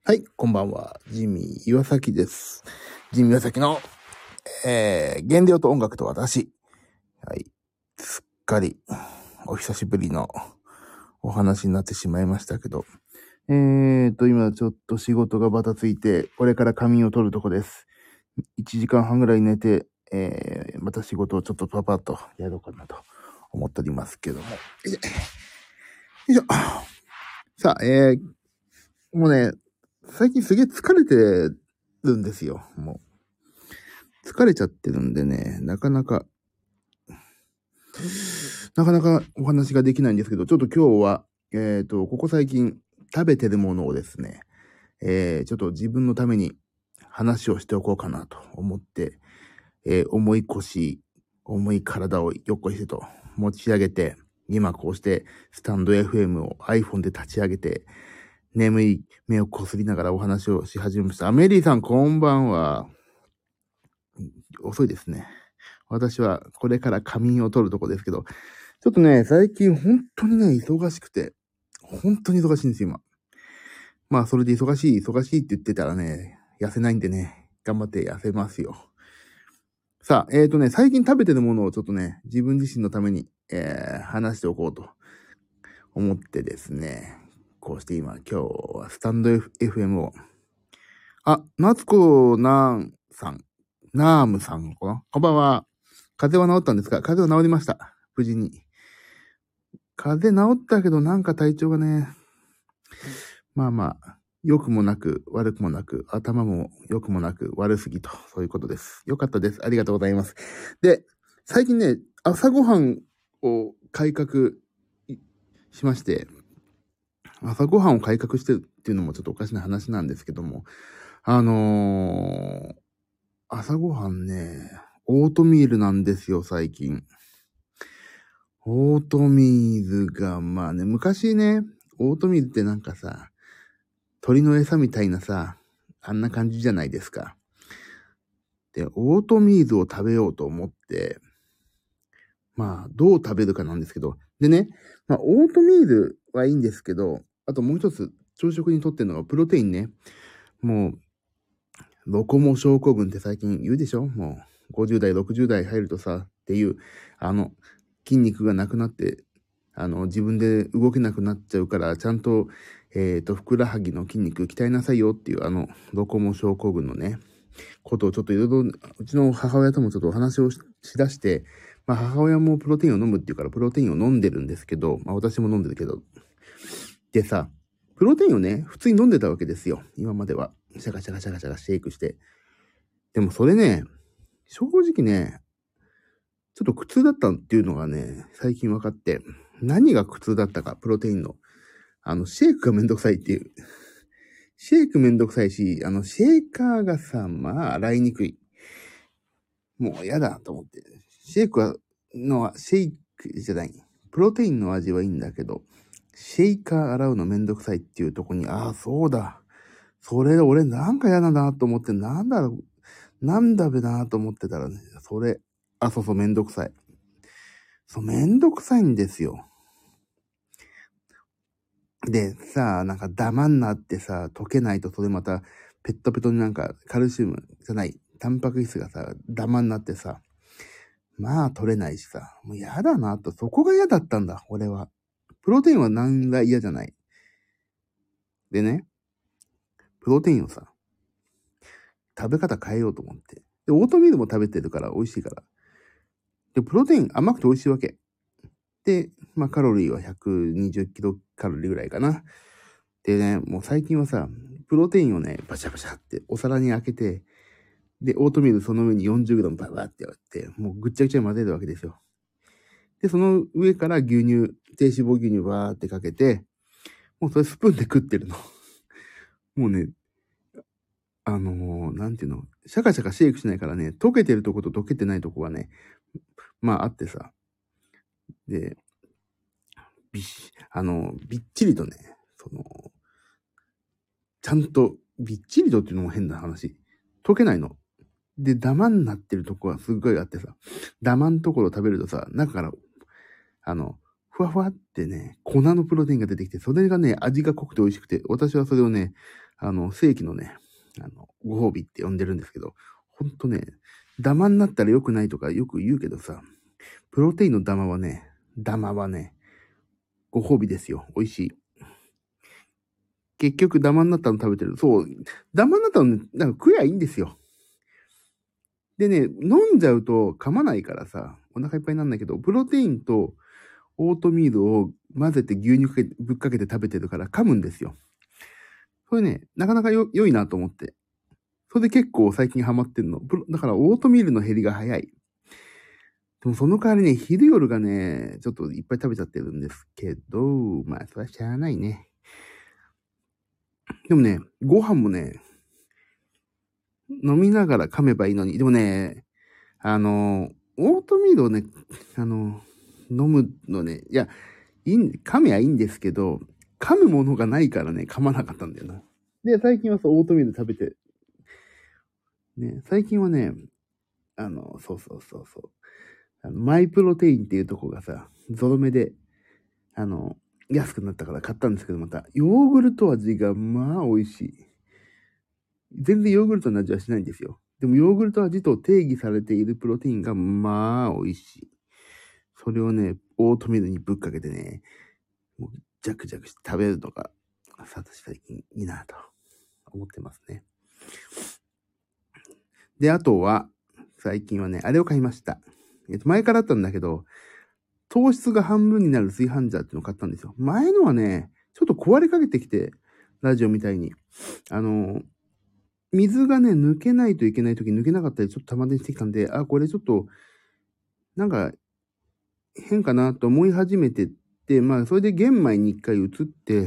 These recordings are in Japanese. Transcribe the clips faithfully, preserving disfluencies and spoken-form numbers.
はい、こんばんは。ジミー岩崎です。ジミー岩崎の、えー、原料と音楽と私。はい、すっかりお久しぶりのお話になってしまいましたけど。えーと、今ちょっと仕事がバタついて、これから仮眠を取るとこです。いちじかんはんぐらい寝て、えー、また仕事をちょっとパパッとやろうかなと思っておりますけども。よいしょ。さあ、えー、もうね、最近すげえ疲れてるんですよ。もう。疲れちゃってるんでね、なかなか、なかなかお話ができないんですけど、ちょっと今日は、えっと、ここ最近食べてるものをですね、えー、ちょっと自分のために話をしておこうかなと思って、えー、重い腰、重い体をよっこいしてと持ち上げて、今こうしてスタンド エフエム を iPhone で立ち上げて、眠い目をこすりながらお話をし始めました。アメリーさんこんばんは。遅いですね。私はこれから仮眠を取るとこですけど、ちょっとね、最近本当にね、忙しくて、本当に忙しいんですよ、今。まあ、それで忙しい、忙しいって言ってたらね、痩せないんでね、頑張って痩せますよ。さあ、えーとね、最近食べてるものをちょっとね、自分自身のために、えー、話しておこうと思ってですね、こうして今、今日はスタンド エフエム を、あ、夏子なんさん、ナームさんかな、こんばんは。風邪は治ったんですか？風邪は治りました。無事に。風邪治ったけどなんか体調がね、まあまあ、良くもなく悪くもなく、頭も良くもなく悪すぎと、そういうことです。よかったです。ありがとうございます。で、最近ね、朝ごはんを改革しまして、朝ごはんを改革してるっていうのもちょっとおかしな話なんですけども、あのー、朝ごはんね、オートミールなんですよ、最近。オートミールが、まあね、昔ね、オートミールってなんかさ、鳥の餌みたいなさ、あんな感じじゃないですか。で、オートミールを食べようと思って、まあ、どう食べるかなんですけど、でね、まあ、オートミールはいいんですけど、あともう一つ、朝食にとってるのがプロテインね。もう、ロコモ症候群って最近言うでしょ？もう、ごじゅう代、ろくじゅう代入るとさ、っていう、あの、筋肉がなくなって、あの、自分で動けなくなっちゃうから、ちゃんと、えっと、ふくらはぎの筋肉鍛えなさいよっていう、あの、ロコモ症候群のね、ことをちょっといろいろ、うちの母親ともちょっとお話をしだして、まあ母親もプロテインを飲むっていうからプロテインを飲んでるんですけど、まあ私も飲んでるけど。でさ、プロテインをね、普通に飲んでたわけですよ。今までは。シャカシャカシャカシャカシェイクして。でもそれね、正直ね、ちょっと苦痛だったっていうのがね、最近分かって、何が苦痛だったか、プロテインの。あの、シェイクがめんどくさいっていう。シェイクめんどくさいし、あの、シェイカーがさ、まあ、洗いにくい。もう嫌だと思って。シェイクは、のは、シェイクじゃない。プロテインの味はいいんだけど、シェイカー洗うのめんどくさいっていうとこに、ああ、そうだ。それ俺なんか嫌なんだなと思って、なんだろう、なんだべなと思ってたらね、それ、あ、そうそう、めんどくさい。そう、めんどくさいんですよ。で、さ、なんかダマになってさ、溶けないとそれまた、ペットペトになんかカルシウムじゃない、タンパク質がさ、ダマになってさ、まあ取れないしさ、もう嫌だなと、そこが嫌だったんだ、俺は。プロテインは何ら嫌じゃない。でね、プロテインをさ、食べ方変えようと思って。で、オートミールも食べてるから美味しいから。で、プロテイン甘くて美味しいわけ。で、まあカロリーはひゃくにじゅうキロカロリーぐらいかな。でね、もう最近はさ、プロテインをね、バシャバシャってお皿に開けて、で、オートミールその上に よんじゅうグラム ババってやって、もうぐっちゃぐちゃに混ぜるわけですよ。で、その上から牛乳、低脂肪牛乳バーってかけて、もうそれスプーンで食ってるの。もうね、あのー、なんていうの、シャカシャカシェイクしないからね、溶けてるとこと溶けてないとこがね、まああってさ。で、びっし、あの、びっちりとね、その、ちゃんと、びっちりとっていうのも変な話。溶けないの。で、ダマになってるとこがすっごいあってさ、ダマんところを食べるとさ、中から、あの、ふわふわってね、粉のプロテインが出てきて、それがね、味が濃くて美味しくて、私はそれをね、 あの、正規のね、あの、ご褒美って呼んでるんですけど、ほんとね、ダマになったら良くないとかよく言うけどさ、プロテインのダマはね、ダマはね、ご褒美ですよ。美味しい。結局ダマになったの食べてる。そう、ダマになったのね、なんか食えばいいんですよ。でね、飲んじゃうと噛まないからさ、お腹いっぱいになんないけど、プロテインとオートミールを混ぜて牛乳かけぶっかけて食べてるから噛むんですよ。それね、なかなかよ良いなと思って。それで結構最近ハマってんの。だからオートミールの減りが早い。でもその代わりね、昼夜がね、ちょっといっぱい食べちゃってるんですけど、まあ、それはしゃあないね。でもね、ご飯もね、飲みながら噛めばいいのに。でもね、あの、オートミールをね、あの、飲むのね、いや、いいん、噛めはいいんですけど、噛むものがないからね、噛まなかったんだよな。で、最近はそう、オートミール食べて、ね、最近はね、あの、そうそうそうそう。あのマイプロテインっていうとこがさ、ゾロ目で、あの、安くなったから買ったんですけど、また、ヨーグルト味がまあ美味しい。全然ヨーグルトの味はしないんですよ。でもヨーグルト味と定義されているプロテインがまあ美味しい。それをね、オートミールにぶっかけてね、もうジャクジャクして食べるとか、さとし最近いいなと思ってますね。で、あとは、最近はね、あれを買いました。えっと、前からあったんだけど、糖質が半分になる炊飯ジャーっていうのを買ったんですよ。前のはね、ちょっと壊れかけてきて、ラジオみたいに。あの、水がね、抜けないといけないとき抜けなかったりちょっと溜まってきたんで、あ、これちょっと、なんか、変かなと思い始めてって、まあ、それで玄米に一回移って、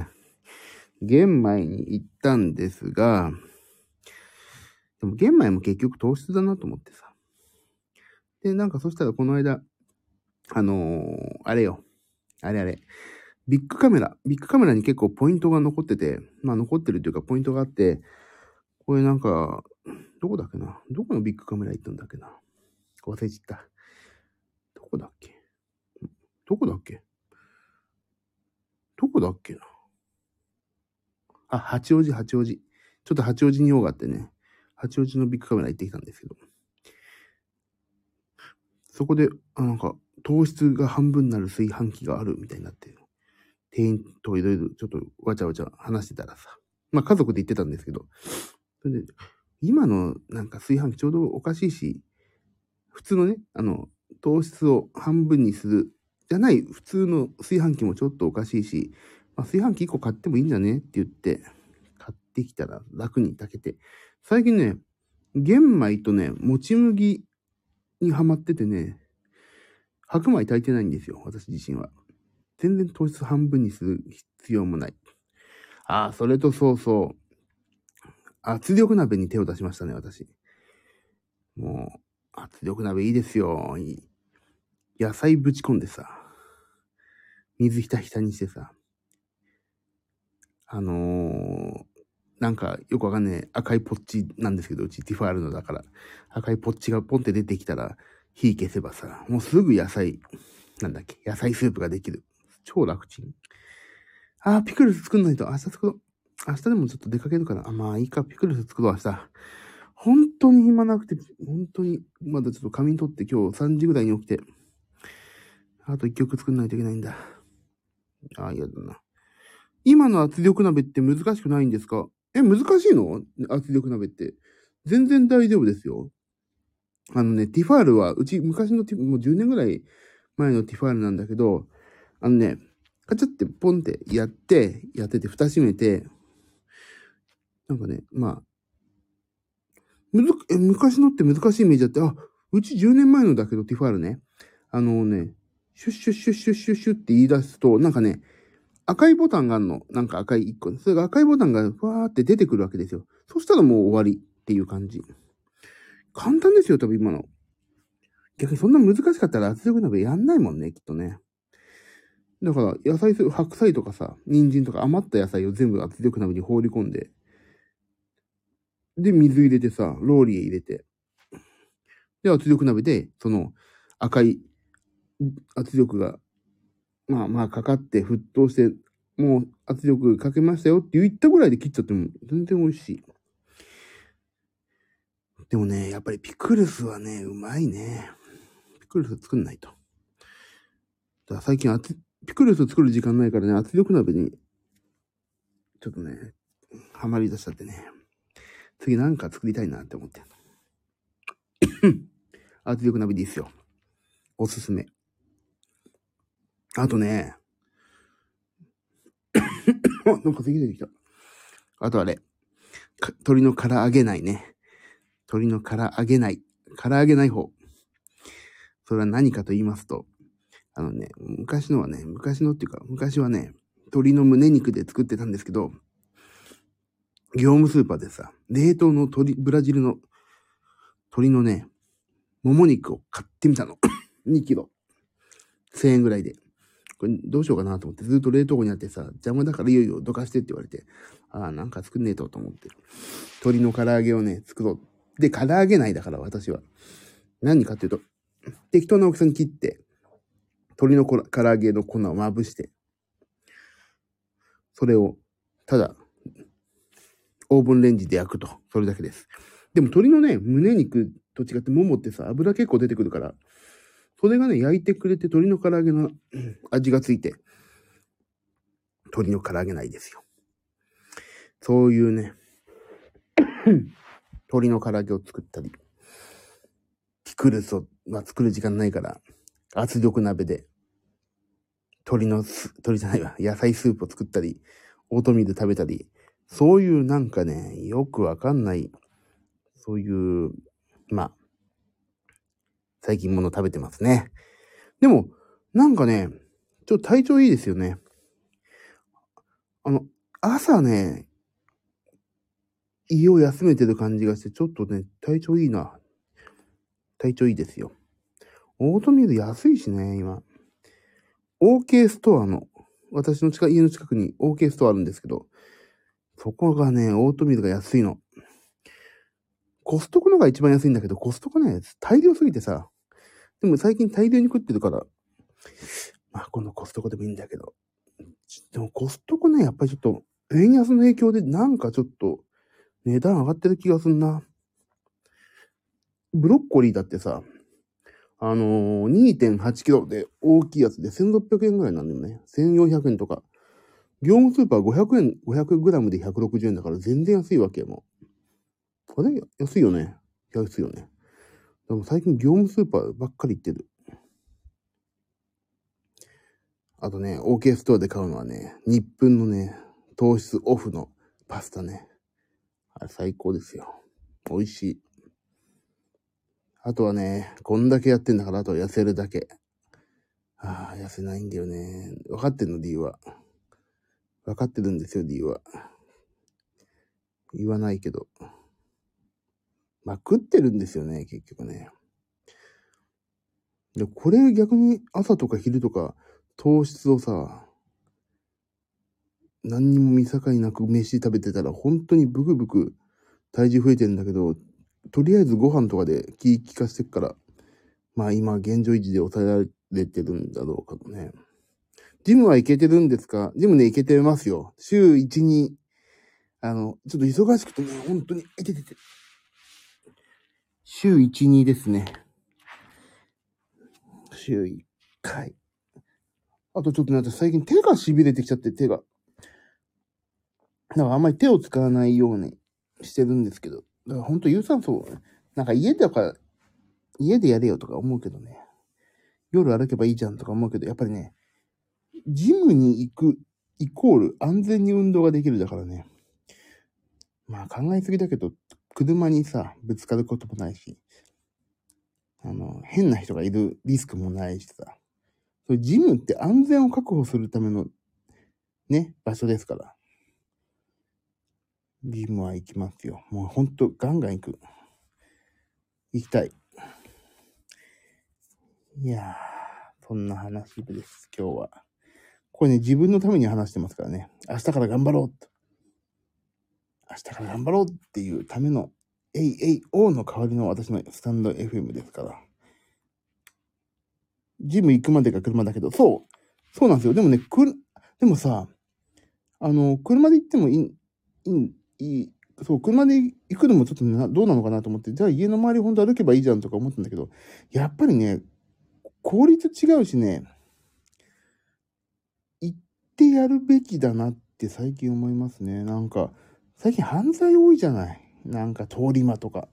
玄米に行ったんですが、でも玄米も結局糖質だなと思ってさ。で、なんかそしたらこの間、あのー、あれよ。あれあれ。ビッグカメラ。ビッグカメラに結構ポイントが残ってて、まあ残ってるというかポイントがあって、これなんか、どこだっけなどこのビッグカメラ行ったんだっけな忘れちった。どこだっけどこだっけどこだっけなあ、八王子、八王子。ちょっと八王子に用があってね、八王子のビッグカメラ行ってきたんですけど、そこで、あ、なんか、糖質が半分になる炊飯器があるみたいになって、店員といろいろちょっとわちゃわちゃ話してたらさ、まあ家族で行ってたんですけど、それで、今のなんか炊飯器ちょうどおかしいし、普通のね、あの、糖質を半分にする、じゃない普通の炊飯器もちょっとおかしいし、まあ、炊飯器いっこ買ってもいいんじゃねって言って、買ってきたら楽に炊けて、最近ね、玄米とね、もち麦にハマっててね、白米炊いてないんですよ、私自身は。全然糖質半分にする必要もない。ああ、それとそうそう。圧力鍋に手を出しましたね、私。もう、圧力鍋いいですよ。いい野菜ぶち込んでさ、水ひたひたにしてさ、あのー、なんかよくわかんねえ赤いポッチなんですけど、うちティファールのだから、赤いポッチがポンって出てきたら、火消せばさ、もうすぐ野菜、なんだっけ、野菜スープができる。超楽ちん。あー、ピクルス作んないと。明日作ろう。明日でもちょっと出かけるから。あ、まあいいか、ピクルス作ろう、明日。本当に暇なくて、本当に、まだちょっと仮眠取って今日さんじぐらいに起きて、あといっきょく作んないといけないんだ。あー、嫌だな。今の圧力鍋って難しくないんですか？え、難しいの？圧力鍋って。全然大丈夫ですよ。あのね、ティファールは、うち昔のティ、もうじゅうねんぐらい前のティファールなんだけど、あのね、カチャってポンってやって、やってて蓋閉めて、なんかね、まあ、むず、え、昔のって難しいイメージあって、あ、うちじゅうねんまえのだけどティファールね。あのね、シュッシュッシュッシュッシュッシュッって言い出すと、なんかね、赤いボタンがあるの。なんか赤い一個。それが赤いボタンがふわーって出てくるわけですよ。そしたらもう終わりっていう感じ。簡単ですよ、多分今の。逆にそんな難しかったら圧力鍋やんないもんね、きっとね。だから、野菜、白菜とかさ、人参とか余った野菜を全部圧力鍋に放り込んで、で、水入れてさ、ローリエ入れて、で、圧力鍋で、その赤い圧力が、まあまあかかって沸騰してもう圧力かけましたよって言ったぐらいで切っちゃっても全然美味しい。でもね、やっぱりピクルスはね、うまいね。ピクルス作んないと。だから最近圧、ピクルス作る時間ないからね、圧力鍋に、ちょっとね、ハマり出しちゃってね。次なんか作りたいなって思って。圧力鍋でいいっすよ。おすすめ。あとね、あ、なんか咳出てきた。あとあれ、鶏の唐揚げないね。鶏の唐揚げない。唐揚げない方。それは何かと言いますと、あのね、昔のはね、昔のっていうか、昔はね、鶏の胸肉で作ってたんですけど、業務スーパーでさ、冷凍の鶏、ブラジルの鶏のね、もも肉を買ってみたの。にキロ。せんえんぐらいで。これどうしようかなと思って、ずっと冷凍庫にあってさ、邪魔だからいよいよどかしてって言われて、ああ、なんか作んねえとと思って。鶏の唐揚げをね、作ろう。で、唐揚げないだから私は。何かっていうと、適当な大きさに切って、鶏の唐揚げの粉をまぶして、それを、ただ、オーブンレンジで焼くと。それだけです。でも鶏のね、胸肉と違ってももってさ、油結構出てくるから、それがね、焼いてくれて鶏の唐揚げの味がついて、鶏の唐揚げないですよ。そういうね、鶏の唐揚げを作ったり、ピクルスを、まあ、作る時間ないから、圧力鍋で、鶏のす、鶏じゃないわ、野菜スープを作ったり、オートミール食べたり、そういうなんかね、よくわかんない、そういう、まあ、最近もの食べてますね。でも、なんかね、ちょっと体調いいですよね。あの、朝ね、胃を休めてる感じがして、ちょっとね、体調いいな。体調いいですよ。オートミール安いしね、今。OK ストアの、私の近家の近くに OK ストアあるんですけど、そこがね、オートミールが安いの。コストコのが一番安いんだけど、コストコね、大量すぎてさ、でも最近大量に食ってるから、まあ今度コストコでもいいんだけど、でもコストコね、やっぱりちょっと、円安の影響でなんかちょっと値段上がってる気がすんな。ブロッコリーだってさ、あのー、にてんはちキロで大きいやつでせんろっぴゃくえんぐらいなんだよね。せんよんひゃくえんとか。業務スーパーごひゃくえん、ごひゃくグラムでひゃくろくじゅうえんだから全然安いわけよ、もう。あれ安いよね。安いよね。でも最近業務スーパーばっかり行ってる。あとね、OK ストアで買うのはね、日分のね、糖質オフのパスタね。あれ最高ですよ。美味しい。あとはね、こんだけやってんだから、あとは痩せるだけ。ああ、痩せないんだよね。分かってんの、D は。分かってるんですよ、D は。言わないけど。まあ、食ってるんですよね、結局ね。で、これ逆に朝とか昼とか糖質をさ、何にも見境なく飯食べてたら本当にブクブク体重増えてるんだけど、とりあえずご飯とかで気利かしてっから、まあ今現状維持で抑えられてるんだろうかとね。ジムは行けてるんですか？ジムね、行けてますよ。週いち、に、あの、ちょっと忙しくてね、本当に、いててて。週いち、にですね。週いっかい。あとちょっとね、私最近手が痺れてきちゃって、手が。だからあんまり手を使わないようにしてるんですけど。だから本当有酸素、なんか家とか、家でやれよとか思うけどね。夜歩けばいいじゃんとか思うけど、やっぱりね、ジムに行くイコール安全に運動ができるだからね。まあ考えすぎだけど、車にさ、ぶつかることもないし、あの、変な人がいるリスクもないしさ。それジムって安全を確保するためのね、場所ですから。ジムは行きますよ。もうほんとガンガン行く。行きたい。いやー、そんな話です、今日は。これね、自分のために話してますからね。明日から頑張ろうと。明日から頑張ろうっていうための、エイエイオーの代わりの私のスタンド エフエム ですから。ジム行くまでが車だけど、そう。そうなんですよ。でもね、くる、でもさ、 あの、車で行ってもいい、いい、いい、そう、車で行くのもちょっとなどうなのかなと思って、じゃあ家の周りほんと歩けばいいじゃんとか思ったんだけど、やっぱりね、効率違うしね、行ってやるべきだなって最近思いますね。なんか、最近犯罪多いじゃない。なんか通り魔とか。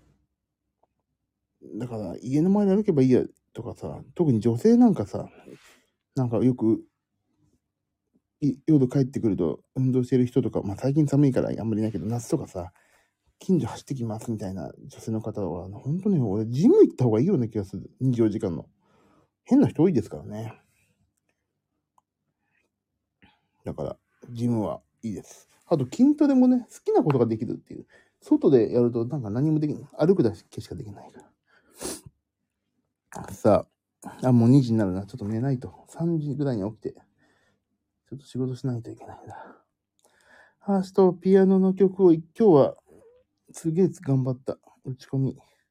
だから家の周り歩けばいいやとかさ、特に女性なんかさ、なんかよくい夜帰ってくると運動してる人とか、まあ最近寒いからあんまりいないけど、夏とかさ、近所走ってきますみたいな女性の方は、本当に俺ジム行った方がいいような気がする。にじゅうよじかんの。変な人多いですからね。だから、ジムはいいです。あと筋トレもね、好きなことができるっていう。外でやるとなんか何もできない。歩くだけしかできないから。さあ、あ、もうにじになるな。ちょっと寝ないと。さんじぐらいに起きて、ちょっと仕事しないといけないんだ。明日ピアノの曲を今日はすげえ頑張った。打ち込み。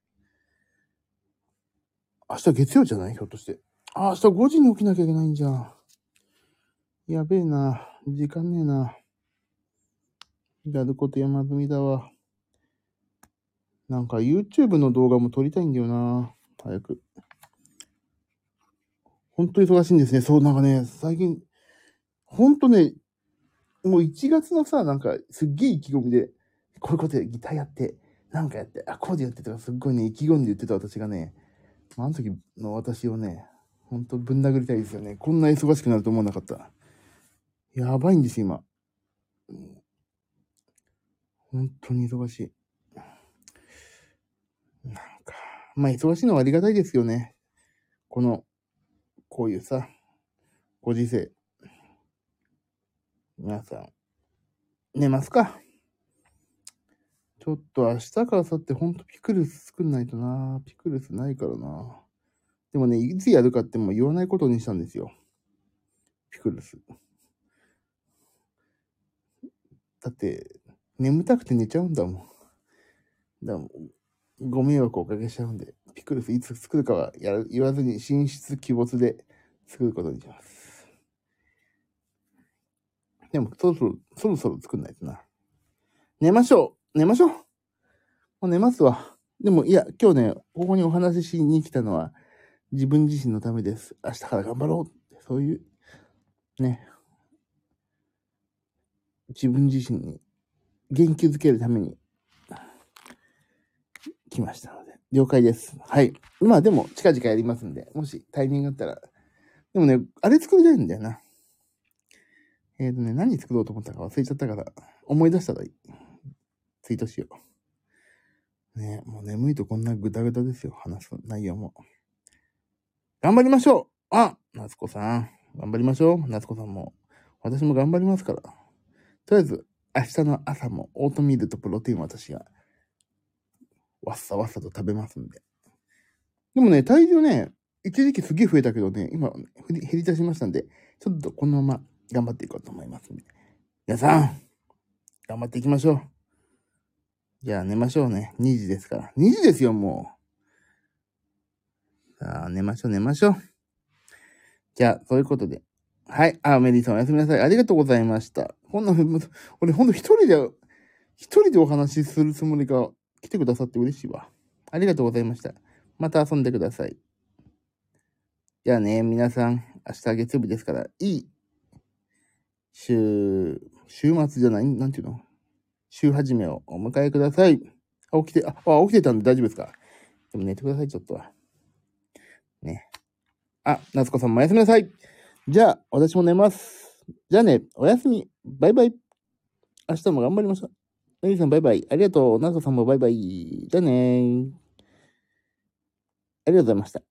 明日月曜じゃないひょっとして。あ、明日ごじに起きなきゃいけないんじゃん。やべえな。時間ねえな。やること山積みだわ。なんか YouTube の動画も撮りたいんだよな。早く。ほんと忙しいんですね。そう、なんかね、最近、ほんとね、もういちがつのさ、なんかすっげえ意気込みで、こういうことでギターやって、なんかやって、あ、コーデやってとかすっごいね、意気込んで言ってた私がね、あの時の私をね、ほんとぶん殴りたいですよね。こんな忙しくなると思わなかった。やばいんですよ、今。本当に忙しい。なんか、まあ忙しいのはありがたいですよね。この、こういうさ、ご時世。皆さん、寝ますか。ちょっと明日から明後日ほんとピクルス作んないとな。ピクルスないからな。でもね、いつやるかっても言わないことにしたんですよ。ピクルス。だって、眠たくて寝ちゃうんだもん。だからもうご迷惑をおかけしちゃうんで、ピクルスいつ作るかはや言わずに神出鬼没で作ることにします。でも、そろそろ、そろそろ作んないとな。寝ましょう寝ましょうもう寝ますわ。でも、いや、今日ね、ここにお話ししに来たのは、自分自身のためです。明日から頑張ろうって、そういう、ね、自分自身に元気づけるために来ましたので、了解です。はい。まあでも、近々やりますんで、もしタイミングがあったら、でもね、あれ作りたいんだよな。えっとね、何作ろうと思ったか忘れちゃったから、思い出したらツイートしよう。ね、もう眠いとこんなグダグダですよ、話す内容も。頑張りましょうあ、夏子さん。頑張りましょう。夏子さんも。私も頑張りますから。とりあえず、明日の朝もオートミールとプロテインを私が、わっさわっさと食べますんで。でもね、体重ね、一時期すげえ増えたけどね、今、減り減り出しましたんで、ちょっとこのまま頑張っていこうと思いますんで。皆さん、頑張っていきましょう。じゃあ寝ましょうね。にじですから。にじですよ、もう。さあ、寝ましょう、寝ましょう。じゃあ、そういうことで。はい。あ、メリーさんおやすみなさい。ありがとうございました。こんな、俺ほんと一人で、一人でお話しするつもりが来てくださって嬉しいわ。ありがとうございました。また遊んでください。じゃあね、皆さん、明日月曜日ですから、いい週、週末じゃない、なんていうの週始めをお迎えください。あ、起きて、あ、あ起きてたんで大丈夫ですか？でも寝てください、ちょっとは。ね。あ、夏子さんもおやすみなさい。じゃあ、私も寝ます。じゃあね、おやすみ。バイバイ。明日も頑張りましょう。メリーさんバイバイ。ありがとう。夏子さんもバイバイ。じゃあねー。ありがとうございました。